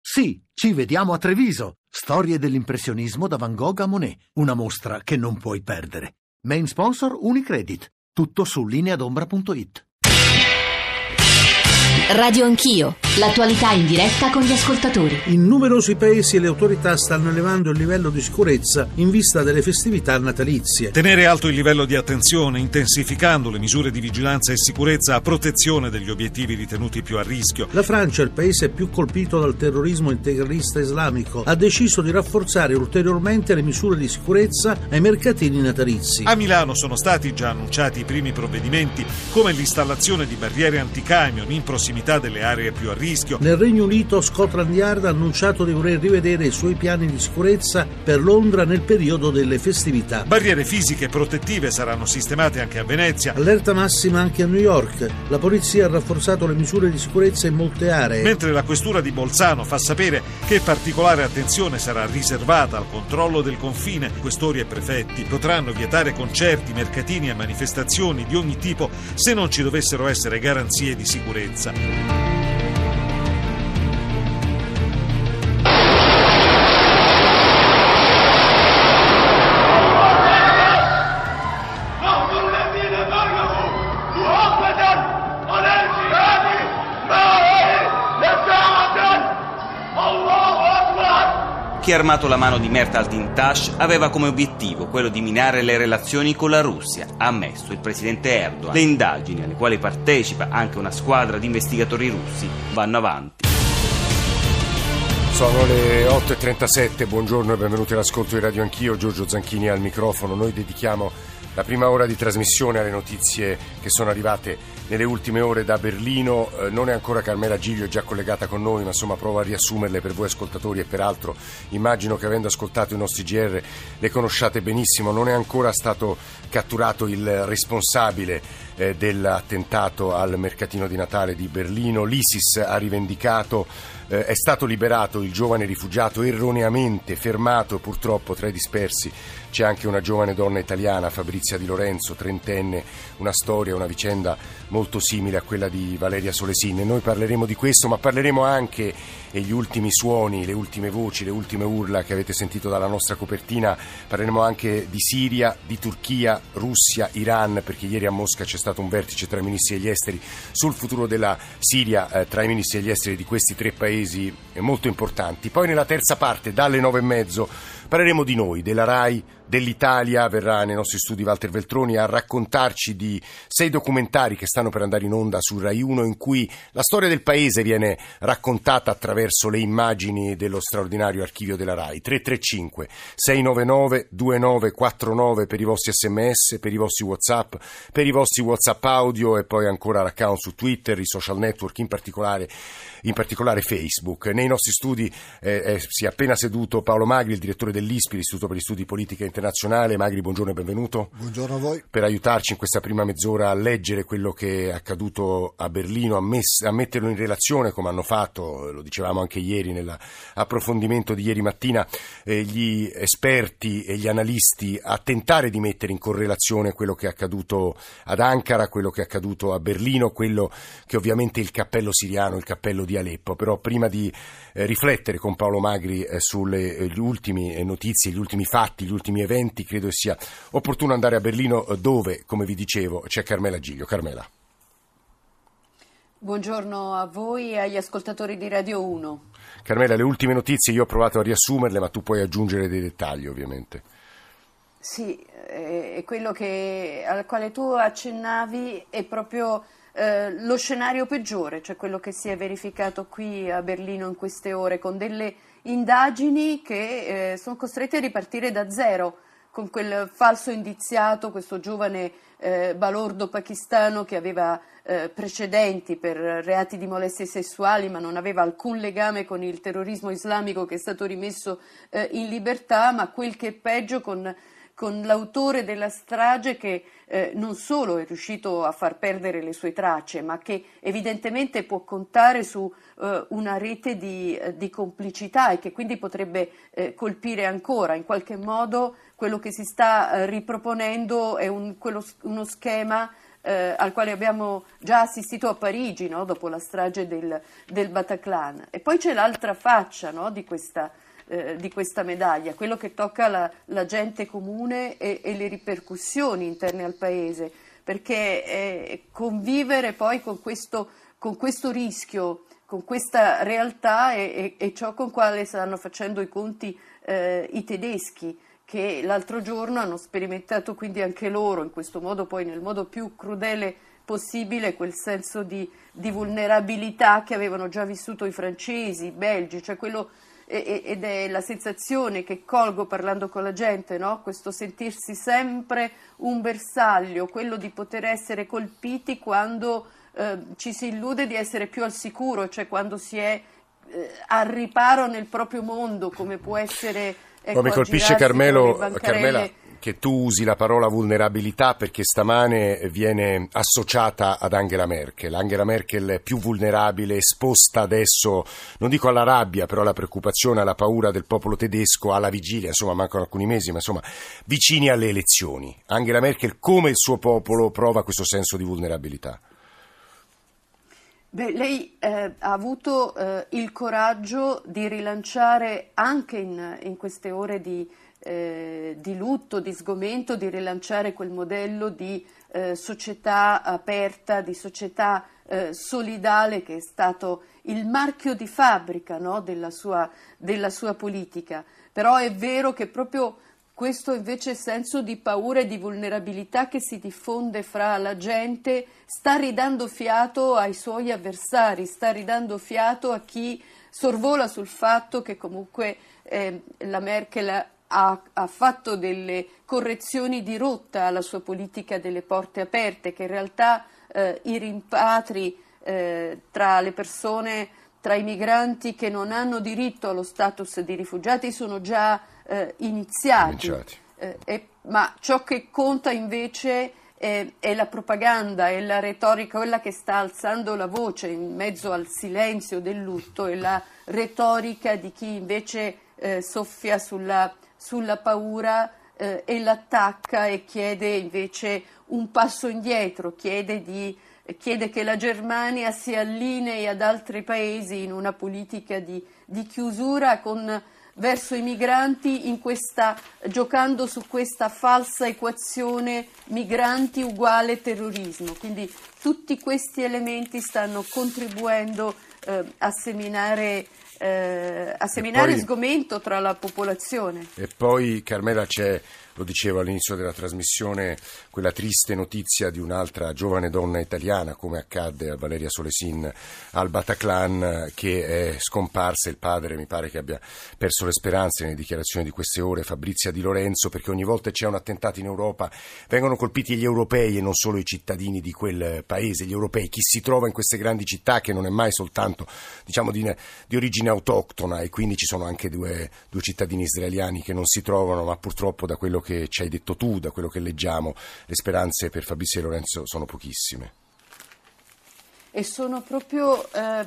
Sì, ci vediamo a Treviso. Storie dell'impressionismo da Van Gogh a Monet. Una mostra che non puoi perdere. Main sponsor Unicredit. Tutto su lineadombra.it. Radio Anch'io, l'attualità in diretta con gli ascoltatori. In numerosi paesi le autorità stanno elevando il livello di sicurezza in vista delle festività natalizie. Tenere alto il livello di attenzione, intensificando le misure di vigilanza e sicurezza a protezione degli obiettivi ritenuti più a rischio. La Francia, il paese più colpito dal terrorismo integralista islamico, ha deciso di rafforzare ulteriormente le misure di sicurezza ai mercatini natalizi. A Milano sono stati già annunciati i primi provvedimenti, come l'installazione di barriere anticamion in prossimità delle aree più a rischio. Nel Regno Unito Scotland Yard ha annunciato di voler rivedere i suoi piani di sicurezza per Londra nel periodo delle festività. Barriere fisiche protettive saranno sistemate anche a Venezia. Allerta massima anche a New York. La polizia ha rafforzato le misure di sicurezza in molte aree. Mentre la questura di Bolzano fa sapere che particolare attenzione sarà riservata al controllo del confine. Questori e prefetti potranno vietare concerti, mercatini e manifestazioni di ogni tipo se non ci dovessero essere garanzie di sicurezza. Chi ha armato la mano di Mert al-Dintash aveva come obiettivo quello di minare le relazioni con la Russia, ha ammesso il presidente Erdogan. Le indagini, alle quali partecipa anche una squadra di investigatori russi, vanno avanti. Sono le 8.37, buongiorno e benvenuti all'ascolto di Radio Anch'io, Giorgio Zanchini al microfono. Noi dedichiamo la prima ora di trasmissione alle notizie che sono arrivate nelle ultime ore da Berlino. Non è ancora Carmela Giglio, è già collegata con noi, ma insomma provo a riassumerle per voi ascoltatori e peraltro immagino che avendo ascoltato i nostri GR le conosciate benissimo. Non è ancora stato catturato il responsabile dell'attentato al mercatino di Natale di Berlino. L'ISIS ha rivendicato, è stato liberato il giovane rifugiato erroneamente fermato, e purtroppo tra i dispersi c'è anche una giovane donna italiana, Fabrizia Di Lorenzo, trentenne, una storia, una vicenda molto simile a quella di Valeria Solesin. E noi parleremo di questo, ma parleremo anche degli ultimi suoni, le ultime voci, le ultime urla che avete sentito dalla nostra copertina. Parleremo anche di Siria, di Turchia, Russia, Iran, perché ieri a Mosca c'è stato un vertice tra i ministri degli esteri sul futuro della Siria, tra i ministri degli esteri di questi tre paesi molto importanti. Poi nella terza parte, dalle 9:30, parleremo di noi, della RAI, dell'Italia. Verrà nei nostri studi Walter Veltroni a raccontarci di 6 documentari che stanno per andare in onda su Rai 1, in cui la storia del paese viene raccontata attraverso le immagini dello straordinario archivio della RAI. 335 699 2949 per i vostri sms, per i vostri WhatsApp, per i vostri WhatsApp audio, e poi ancora l'account su Twitter, i social network, in particolare Facebook. Nei nostri studi si è appena seduto Paolo Magri, il direttore dell'ISPI, l'Istituto per gli Studi Politica Internazionale. Magri, buongiorno e benvenuto. Buongiorno a voi. Per aiutarci in questa prima mezz'ora a leggere quello che è accaduto a Berlino, a metterlo in relazione, come hanno fatto, lo dicevamo anche ieri nell'approfondimento di ieri mattina, gli esperti e gli analisti, a tentare di mettere in correlazione quello che è accaduto ad Ankara, quello che è accaduto a Berlino, quello che ovviamente è il cappello siriano, il cappello di Aleppo. Però prima di riflettere con Paolo Magri sulle ultime notizie, gli ultimi fatti, gli ultimi eventi, credo che sia opportuno andare a Berlino, dove, come vi dicevo, c'è Carmela Giglio. Carmela. Buongiorno a voi e agli ascoltatori di Radio 1. Carmela, le ultime notizie io ho provato a riassumerle, ma tu puoi aggiungere dei dettagli, ovviamente. Sì, quello al quale tu accennavi è proprio lo scenario peggiore, cioè quello che si è verificato qui a Berlino in queste ore, con delle indagini che sono costrette a ripartire da zero, con quel falso indiziato, questo giovane balordo pakistano che aveva precedenti per reati di molestie sessuali, ma non aveva alcun legame con il terrorismo islamico, che è stato rimesso in libertà, ma quel che è peggio con l'autore della strage, che non solo è riuscito a far perdere le sue tracce, ma che evidentemente può contare su una rete di complicità, e che quindi potrebbe colpire ancora. In qualche modo quello che si sta riproponendo è uno schema al quale abbiamo già assistito a Parigi, no? Dopo la strage del Bataclan. E poi c'è l'altra faccia, no? di questa medaglia, quello che tocca la gente comune e le ripercussioni interne al paese, perché convivere poi con questo rischio, con questa realtà è ciò con quale stanno facendo i conti i tedeschi, che l'altro giorno hanno sperimentato quindi anche loro, in questo modo poi nel modo più crudele possibile, quel senso di vulnerabilità che avevano già vissuto i francesi, i belgi, cioè quello, ed è la sensazione che colgo parlando con la gente, no? Questo sentirsi sempre un bersaglio, quello di poter essere colpiti quando ci si illude di essere più al sicuro, cioè quando si è al riparo nel proprio mondo, come può essere... Ecco, mi colpisce Carmela che tu usi la parola vulnerabilità, perché stamane viene associata ad Angela Merkel. Angela Merkel è più vulnerabile, esposta adesso, non dico alla rabbia, però alla preoccupazione, alla paura del popolo tedesco alla vigilia, insomma mancano alcuni mesi, ma insomma vicini alle elezioni. Angela Merkel, come il suo popolo, prova questo senso di vulnerabilità. Beh, lei ha avuto il coraggio di rilanciare anche in queste ore di lutto, di sgomento, di rilanciare quel modello di società aperta, di società solidale, che è stato il marchio di fabbrica, no, della sua politica. Però è vero che proprio questo invece senso di paura e di vulnerabilità che si diffonde fra la gente sta ridando fiato ai suoi avversari, sta ridando fiato a chi sorvola sul fatto che comunque la Merkel ha fatto delle correzioni di rotta alla sua politica delle porte aperte, che in realtà i rimpatri tra le persone, tra i migranti che non hanno diritto allo status di rifugiati sono già iniziati. Ma ciò che conta invece è la propaganda, è la retorica, quella che sta alzando la voce in mezzo al silenzio del lutto, è la retorica di chi invece soffia sulla paura e l'attacca e chiede invece un passo indietro, chiede che la Germania si allinei ad altri paesi in una politica di chiusura verso i migranti, giocando su questa falsa equazione migranti uguale terrorismo. Quindi tutti questi elementi stanno contribuendo a seminare sgomento tra la popolazione. E poi, Carmela, c'è, lo dicevo all'inizio della trasmissione, quella triste notizia di un'altra giovane donna italiana, come accadde a Valeria Solesin al Bataclan, che è scomparsa. Il padre mi pare che abbia perso le speranze nelle dichiarazioni di queste ore, Fabrizia Di Lorenzo, perché ogni volta c'è un attentato in Europa vengono colpiti gli europei e non solo i cittadini di quel paese, gli europei, chi si trova in queste grandi città, che non è mai soltanto, diciamo, di origine autoctona, e quindi ci sono anche due cittadini israeliani che non si trovano, ma purtroppo, da quello che ci hai detto tu, da quello che leggiamo, le speranze per Fabrizio Di Lorenzo sono pochissime. E sono proprio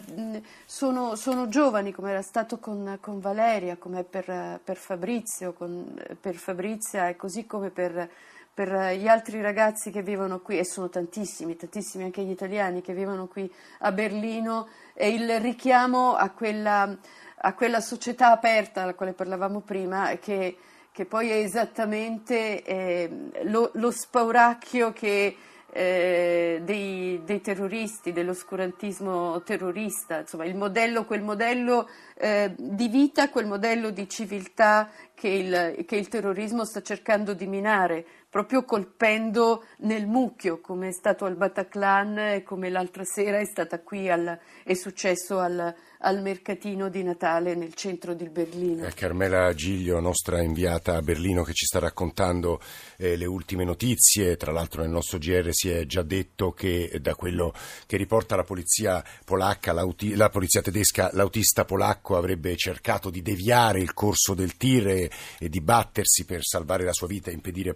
sono giovani, come era stato con Valeria, come per Fabrizio, per Fabrizia, e così come per gli altri ragazzi che vivono qui, e sono tantissimi anche gli italiani che vivono qui a Berlino, e il richiamo a quella società aperta alla quale parlavamo prima, che poi è esattamente lo spauracchio dei terroristi, dell'oscurantismo terrorista, insomma quel modello di vita, quel modello di civiltà che il terrorismo sta cercando di minare, proprio colpendo nel mucchio, come è stato al Bataclan e come l'altra sera è successo al mercatino di Natale nel centro di Berlino. Carmela Giglio, nostra inviata a Berlino, che ci sta raccontando le ultime notizie. Tra l'altro nel nostro GR si è già detto che, da quello che riporta la polizia polacca, la polizia tedesca, l'autista polacco avrebbe cercato di deviare il corso del tir e di battersi per salvare la sua vita e impedire poi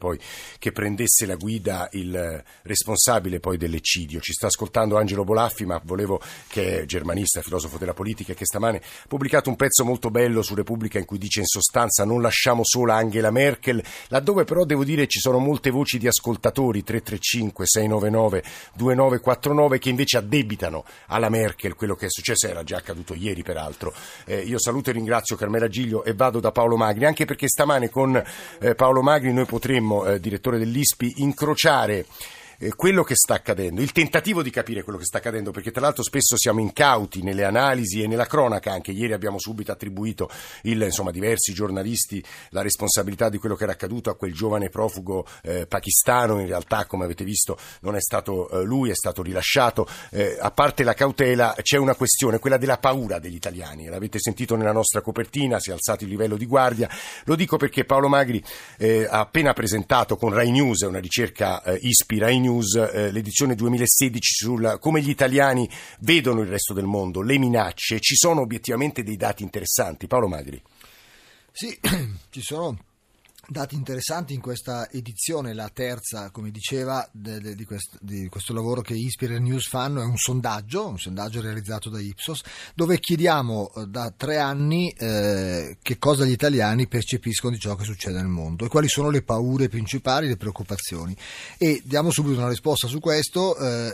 che prendesse la guida il responsabile poi dell'eccidio. Ci sta ascoltando Angelo Bolaffi, ma che è germanista, filosofo della politica, e che stamane ha pubblicato un pezzo molto bello su Repubblica in cui dice in sostanza: non lasciamo sola Angela Merkel, laddove però devo dire ci sono molte voci di ascoltatori, 335 699 2949, che invece addebitano alla Merkel quello che è successo, era già accaduto ieri peraltro. Io saluto e ringrazio Carmela Giglio e vado da Paolo Magri, anche perché stamane con Paolo Magri noi potremmo, direttore dell'ISPI, incrociare quello che sta accadendo, il tentativo di capire quello che sta accadendo, perché tra l'altro spesso siamo incauti nelle analisi e nella cronaca. Anche ieri abbiamo subito attribuito diversi giornalisti la responsabilità di quello che era accaduto a quel giovane profugo pakistano. In realtà, come avete visto, non è stato lui, è stato rilasciato. A parte la cautela, c'è una questione, quella della paura degli italiani. L'avete sentito nella nostra copertina, si è alzato il livello di guardia. Lo dico perché Paolo Magri ha appena presentato con Rai News, una ricerca ISPI Rai News, l'edizione 2016 sul come gli italiani vedono il resto del mondo, le minacce. Ci sono obiettivamente dei dati interessanti, Paolo Magri? Sì, ci sono dati interessanti in questa edizione, la terza, come diceva, di questo lavoro che ISPI e News fanno. È un sondaggio realizzato da Ipsos, dove chiediamo da 3 anni che cosa gli italiani percepiscono di ciò che succede nel mondo e quali sono le paure principali, le preoccupazioni, e diamo subito una risposta su questo.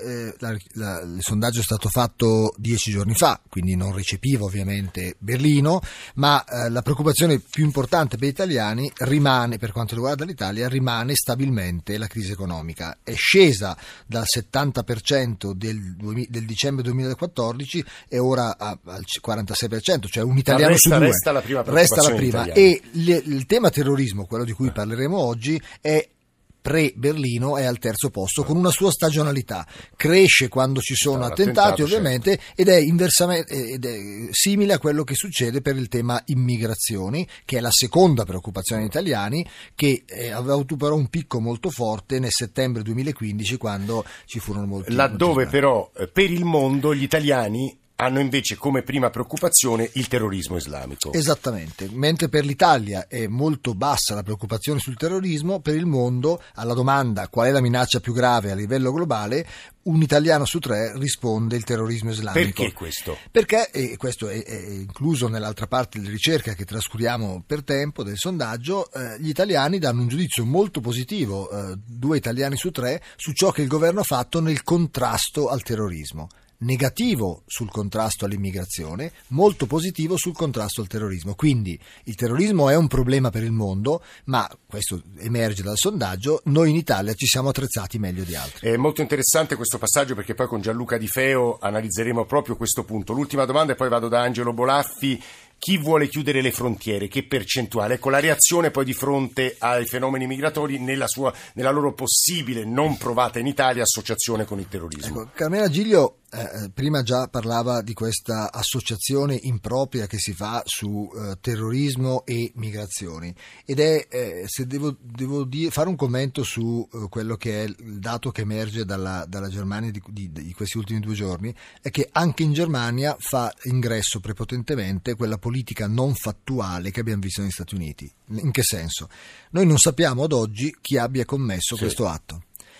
Il sondaggio è stato fatto 10 giorni fa, quindi non recepiva ovviamente Berlino, ma la preoccupazione più importante per gli italiani per quanto riguarda l'Italia, rimane stabilmente la crisi economica. È scesa dal 70% del dicembre 2014 e ora al 46%, cioè un italiano su 2. Resta la prima. E il tema terrorismo, quello di cui parleremo oggi, è pre-Berlino, è al terzo posto, con una sua stagionalità. Cresce quando ci sono attentati, ovviamente, certo. ed è simile a quello che succede per il tema immigrazioni, che è la seconda preoccupazione degli italiani, che aveva avuto però un picco molto forte nel settembre 2015, quando ci furono molti. Laddove però per il mondo gli italiani hanno invece come prima preoccupazione il terrorismo islamico. Esattamente, mentre per l'Italia è molto bassa la preoccupazione sul terrorismo, per il mondo, alla domanda qual è la minaccia più grave a livello globale, un italiano su 3 risponde il terrorismo islamico. Perché questo? Perché, e questo è incluso nell'altra parte della ricerca che trascuriamo per tempo del sondaggio, gli italiani danno un giudizio molto positivo, 2 italiani su 3, su ciò che il governo ha fatto nel contrasto al terrorismo. Negativo sul contrasto all'immigrazione, molto positivo sul contrasto al terrorismo. Quindi il terrorismo è un problema per il mondo, ma questo emerge dal sondaggio, noi in Italia ci siamo attrezzati meglio di altri. È molto interessante questo passaggio, perché poi con Gianluca Di Feo analizzeremo proprio questo punto. L'ultima domanda e poi vado da Angelo Bolaffi. Chi vuole chiudere le frontiere? Che percentuale? Ecco la reazione poi di fronte ai fenomeni migratori nella loro possibile, non provata in Italia, associazione con il terrorismo. Ecco, Carmela Giglio prima già parlava di questa associazione impropria che si fa su terrorismo e migrazioni, ed è, se devo fare un commento su quello che è il dato che emerge dalla Germania di questi ultimi 2 giorni, è che anche in Germania fa ingresso prepotentemente quella politica non fattuale che abbiamo visto negli Stati Uniti. In che senso? Noi non sappiamo ad oggi chi abbia commesso questo atto,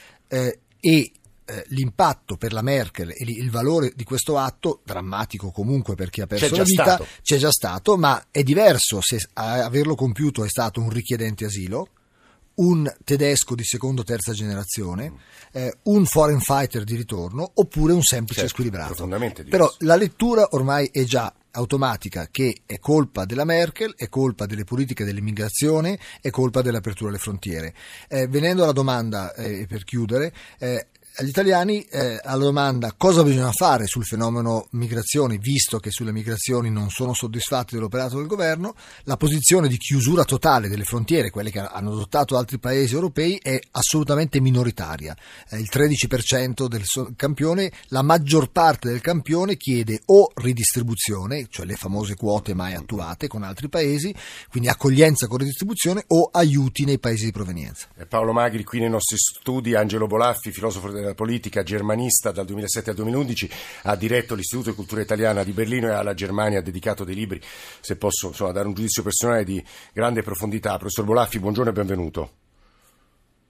e l'impatto per la Merkel e il valore di questo atto, drammatico comunque per chi ha perso la vita, c'è già stato, ma è diverso se a averlo compiuto è stato un richiedente asilo, un tedesco di seconda o terza generazione, un foreign fighter di ritorno, oppure un semplice squilibrato. Però la lettura ormai è già automatica, che è colpa della Merkel, è colpa delle politiche dell'immigrazione, è colpa dell'apertura alle frontiere. Venendo alla domanda, per chiudere, agli italiani, alla domanda cosa bisogna fare sul fenomeno migrazioni, visto che sulle migrazioni non sono soddisfatti dell'operato del governo, la posizione di chiusura totale delle frontiere, quelle che hanno adottato altri paesi europei, è assolutamente minoritaria. Il 13% del campione, la maggior parte del campione chiede o ridistribuzione, cioè le famose quote mai attuate con altri paesi, quindi accoglienza con ridistribuzione, o aiuti nei paesi di provenienza. Paolo Magri qui nei nostri studi. Angelo Bolaffi, filosofo della politica, germanista, dal 2007 al 2011 ha diretto l'Istituto di Cultura Italiana di Berlino e alla Germania ha dedicato dei libri, se posso dare un giudizio personale, di grande profondità. Professor Bolaffi, buongiorno e benvenuto.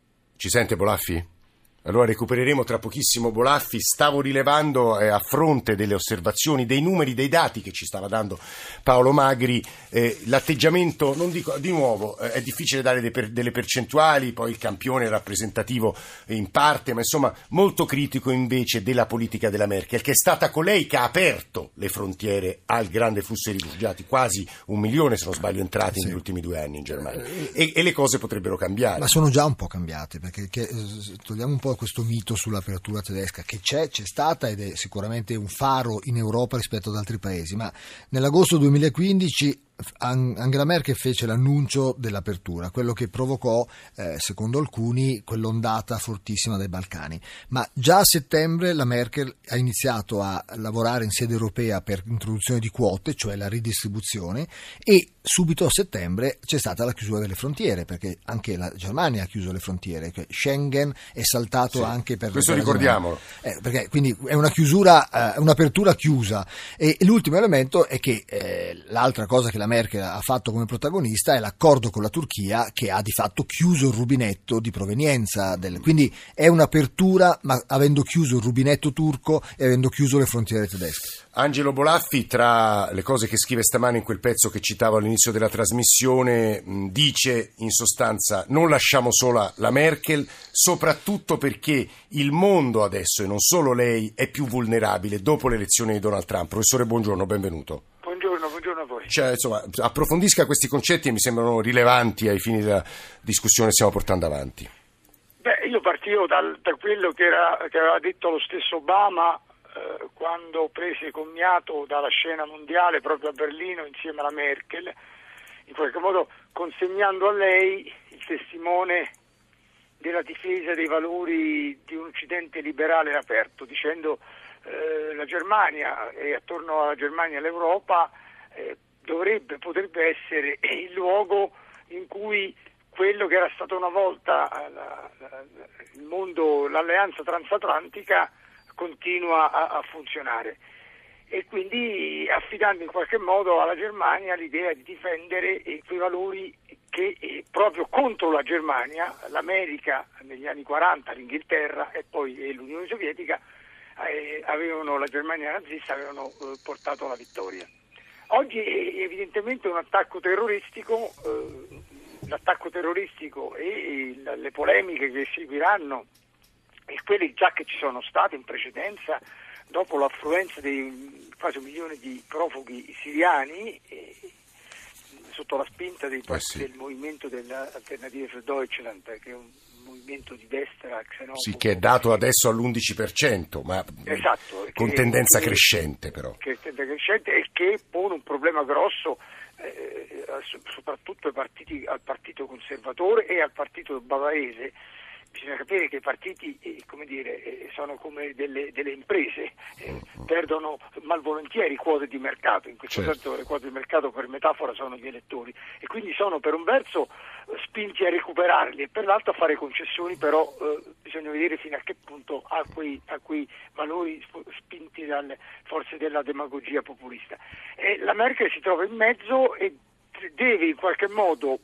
Ci sente Bolaffi? Allora recupereremo tra pochissimo Bolaffi. Stavo rilevando a fronte delle osservazioni, dei numeri, dei dati che ci stava dando Paolo Magri, l'atteggiamento, non dico di nuovo, è difficile dare delle percentuali, poi il campione è rappresentativo in parte, ma insomma molto critico invece della politica della Merkel, che è stata colei che ha aperto le frontiere al grande flusso di rifugiati, quasi 1 milione se non sbaglio entrati negli ultimi 2 anni in Germania, e le cose potrebbero cambiare. Ma sono già un po' cambiate, perché togliamo un po' questo mito sull'apertura tedesca che c'è stata ed è sicuramente un faro in Europa rispetto ad altri paesi, ma nell'agosto 2015 Angela Merkel fece l'annuncio dell'apertura, quello che provocò, secondo alcuni, quell'ondata fortissima dai Balcani. Ma già a settembre la Merkel ha iniziato a lavorare in sede europea per l'introduzione di quote, cioè la ridistribuzione, e subito a settembre c'è stata la chiusura delle frontiere, perché anche la Germania ha chiuso le frontiere, Schengen è saltato anche per questo ricordiamolo. Perché quindi è una chiusura, un'apertura chiusa. E l'ultimo elemento è che l'altra cosa che la Merkel ha fatto come protagonista è l'accordo con la Turchia, che ha di fatto chiuso il rubinetto di provenienza quindi è un'apertura, ma avendo chiuso il rubinetto turco e avendo chiuso le frontiere tedesche. Angelo Bolaffi, tra le cose che scrive stamane in quel pezzo che citavo all'inizio della trasmissione, dice in sostanza: non lasciamo sola la Merkel, soprattutto perché il mondo adesso, e non solo lei, è più vulnerabile dopo l'elezione di Donald Trump. Professore, buongiorno, benvenuto. Buongiorno a voi. Cioè, insomma, approfondisca questi concetti e mi sembrano rilevanti ai fini della discussione che stiamo portando avanti. Io partivo da quello che aveva detto lo stesso Obama quando prese commiato dalla scena mondiale proprio a Berlino insieme alla Merkel, in qualche modo consegnando a lei il testimone della difesa dei valori di un Occidente liberale e aperto, dicendo la Germania e attorno alla Germania l'Europa potrebbe essere il luogo in cui quello che era stato una volta il mondo, l'alleanza transatlantica continua a funzionare, e quindi affidando in qualche modo alla Germania l'idea di difendere quei valori che proprio contro la Germania, l'America negli anni 40, l'Inghilterra e poi l'Unione Sovietica la Germania nazista avevano portato alla vittoria. Oggi evidentemente un attacco terroristico, l'attacco terroristico e le polemiche che seguiranno e quelle già che ci sono state in precedenza dopo l'affluenza di quasi 1 milione di profughi siriani sotto la spinta del movimento dell'Alternative für Deutschland, che è un movimento di destra xenofobo. Sì, che è dato adesso all'11%, ma esatto, con tendenza crescente però. Che tendenza crescente e che pone un problema grosso soprattutto al partito conservatore e al partito bavarese. Bisogna capire che i partiti sono come delle imprese, perdono malvolentieri quote di mercato, in questo senso le quote di mercato per metafora sono gli elettori, e quindi sono per un verso spinti a recuperarli e per l'altro a fare concessioni, però bisogna vedere fino a che punto a quei valori spinti dalle forze della demagogia populista. La Merkel si trova in mezzo e deve in qualche modo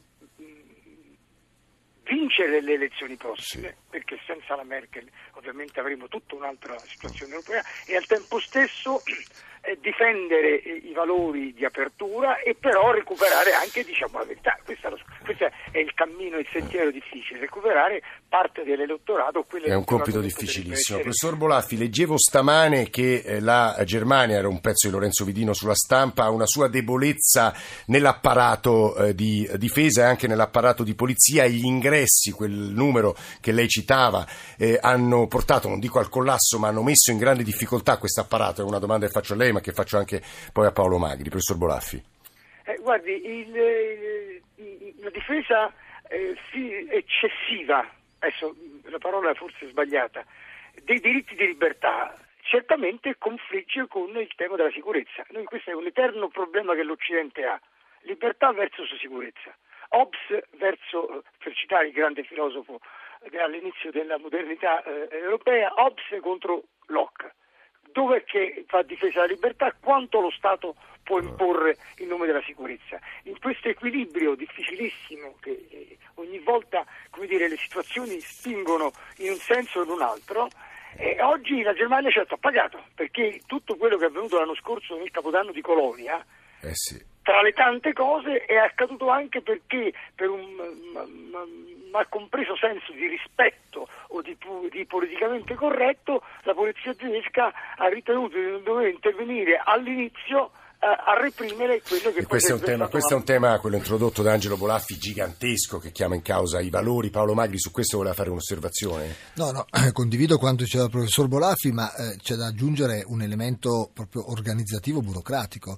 vincere le elezioni prossime, perché senza la Merkel ovviamente avremo tutta un'altra situazione europea, e al tempo stesso difendere i valori di apertura e però recuperare anche, la verità, questo è il cammino, il sentiero difficile, recuperare parte dell'elettorato. È un compito difficilissimo. Professor Bolaffi, leggevo stamane che la Germania, era un pezzo di Lorenzo Vidino sulla Stampa, ha una sua debolezza nell'apparato di difesa e anche nell'apparato di polizia, e gli ingressi, quel numero che lei citava, hanno portato, non dico al collasso, ma hanno messo in grande difficoltà questo apparato. È una domanda che faccio a lei, ma che faccio anche poi a Paolo Magri. Professor Bolaffi. Guardi, la difesa eccessiva, adesso la parola è forse sbagliata, dei diritti di libertà certamente confligge con il tema della sicurezza. Questo è un eterno problema che l'Occidente ha: libertà versus sicurezza. Hobbes per citare il grande filosofo all'inizio della modernità europea, Hobbes contro Locke. dov'è che fa difesa della libertà, quanto lo Stato può imporre in nome della sicurezza. In questo equilibrio difficilissimo che ogni volta, come dire, le situazioni spingono in un senso o in un altro, oggi la Germania certo ha pagato, perché tutto quello che è avvenuto l'anno scorso nel Capodanno di Colonia, tra le tante cose, è accaduto anche perché per un malcompreso senso di rispetto o di politicamente corretto, la polizia tedesca ha ritenuto di dover intervenire all'inizio a reprimere quello che questo è un tema, quello introdotto da Angelo Bolaffi, gigantesco, che chiama in causa i valori. Paolo Magri su questo voleva fare un'osservazione. No, condivido quanto diceva il professor Bolaffi, ma c'è da aggiungere un elemento proprio organizzativo burocratico.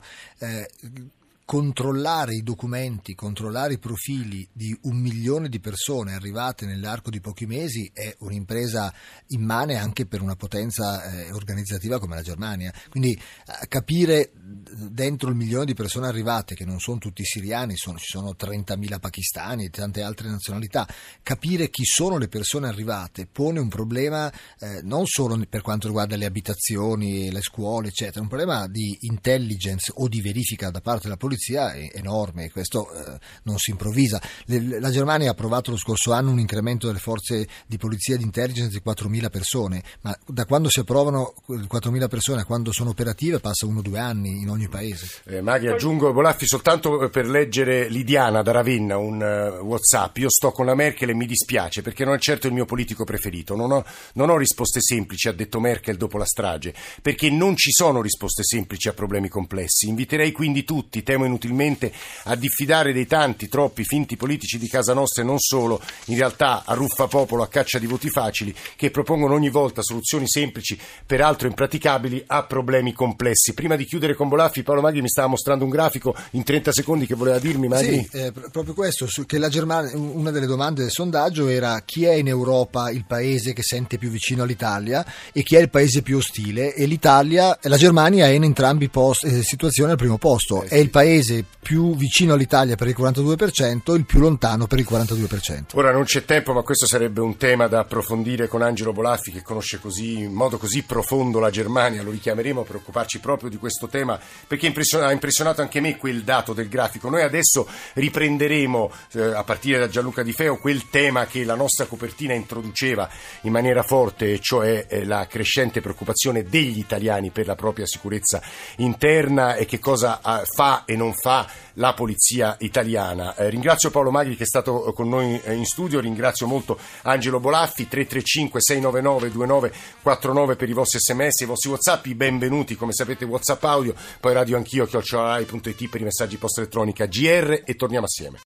Controllare i documenti, controllare i profili di 1 milione di persone arrivate nell'arco di pochi mesi è un'impresa immane anche per una potenza organizzativa come la Germania. Quindi capire dentro il 1 milione di persone arrivate, che non sono tutti siriani, ci sono 30.000 pakistani e tante altre nazionalità, capire chi sono le persone arrivate pone un problema non solo per quanto riguarda le abitazioni, le scuole, eccetera, un problema di intelligence o di verifica da parte della polizia è enorme, e questo non si improvvisa. La Germania ha approvato lo scorso anno un incremento delle forze di polizia e di intelligence di 4.000 persone, ma da quando si approvano 4.000 persone a quando sono operative passa 1 o 2 anni in ogni paese. Magri, aggiungo, Bolaffi, soltanto per leggere Lidiana da Ravenna un WhatsApp: io sto con la Merkel e mi dispiace perché non è certo il mio politico preferito, non ho risposte semplici, ha detto Merkel dopo la strage, perché non ci sono risposte semplici a problemi complessi. Inviterei quindi tutti, temo inutilmente, a diffidare dei tanti, troppi finti politici di casa nostra e non solo, in realtà a ruffapopolo, a caccia di voti facili, che propongono ogni volta soluzioni semplici, peraltro impraticabili, a problemi complessi. Prima di chiudere con Bolaffi, Paolo Magri mi stava mostrando un grafico in 30 secondi che voleva dirmi, Magri. Sì, proprio questo, che la Germania, una delle domande del sondaggio era: chi è in Europa il paese che sente più vicino all'Italia e chi è il paese più ostile, e la Germania è in entrambi situazioni al primo posto, è il paese più vicino all'Italia per il 42%, il più lontano per il 42%. Ora non c'è tempo, ma questo sarebbe un tema da approfondire con Angelo Bolaffi, che conosce in modo così profondo la Germania. Lo richiameremo per occuparci proprio di questo tema, perché ha impressionato anche me quel dato del grafico. Noi adesso riprenderemo a partire da Gianluca Di Feo quel tema che la nostra copertina introduceva in maniera forte, cioè la crescente preoccupazione degli italiani per la propria sicurezza interna e che cosa fa e non fa la polizia italiana. Ringrazio Paolo Magri che è stato con noi in studio, ringrazio molto Angelo Bolaffi. 335-699-2949 per i vostri sms, i vostri WhatsApp, benvenuti, come sapete, WhatsApp audio, poi radio anch'io @rai.it per i messaggi post elettronica GR, e torniamo assieme.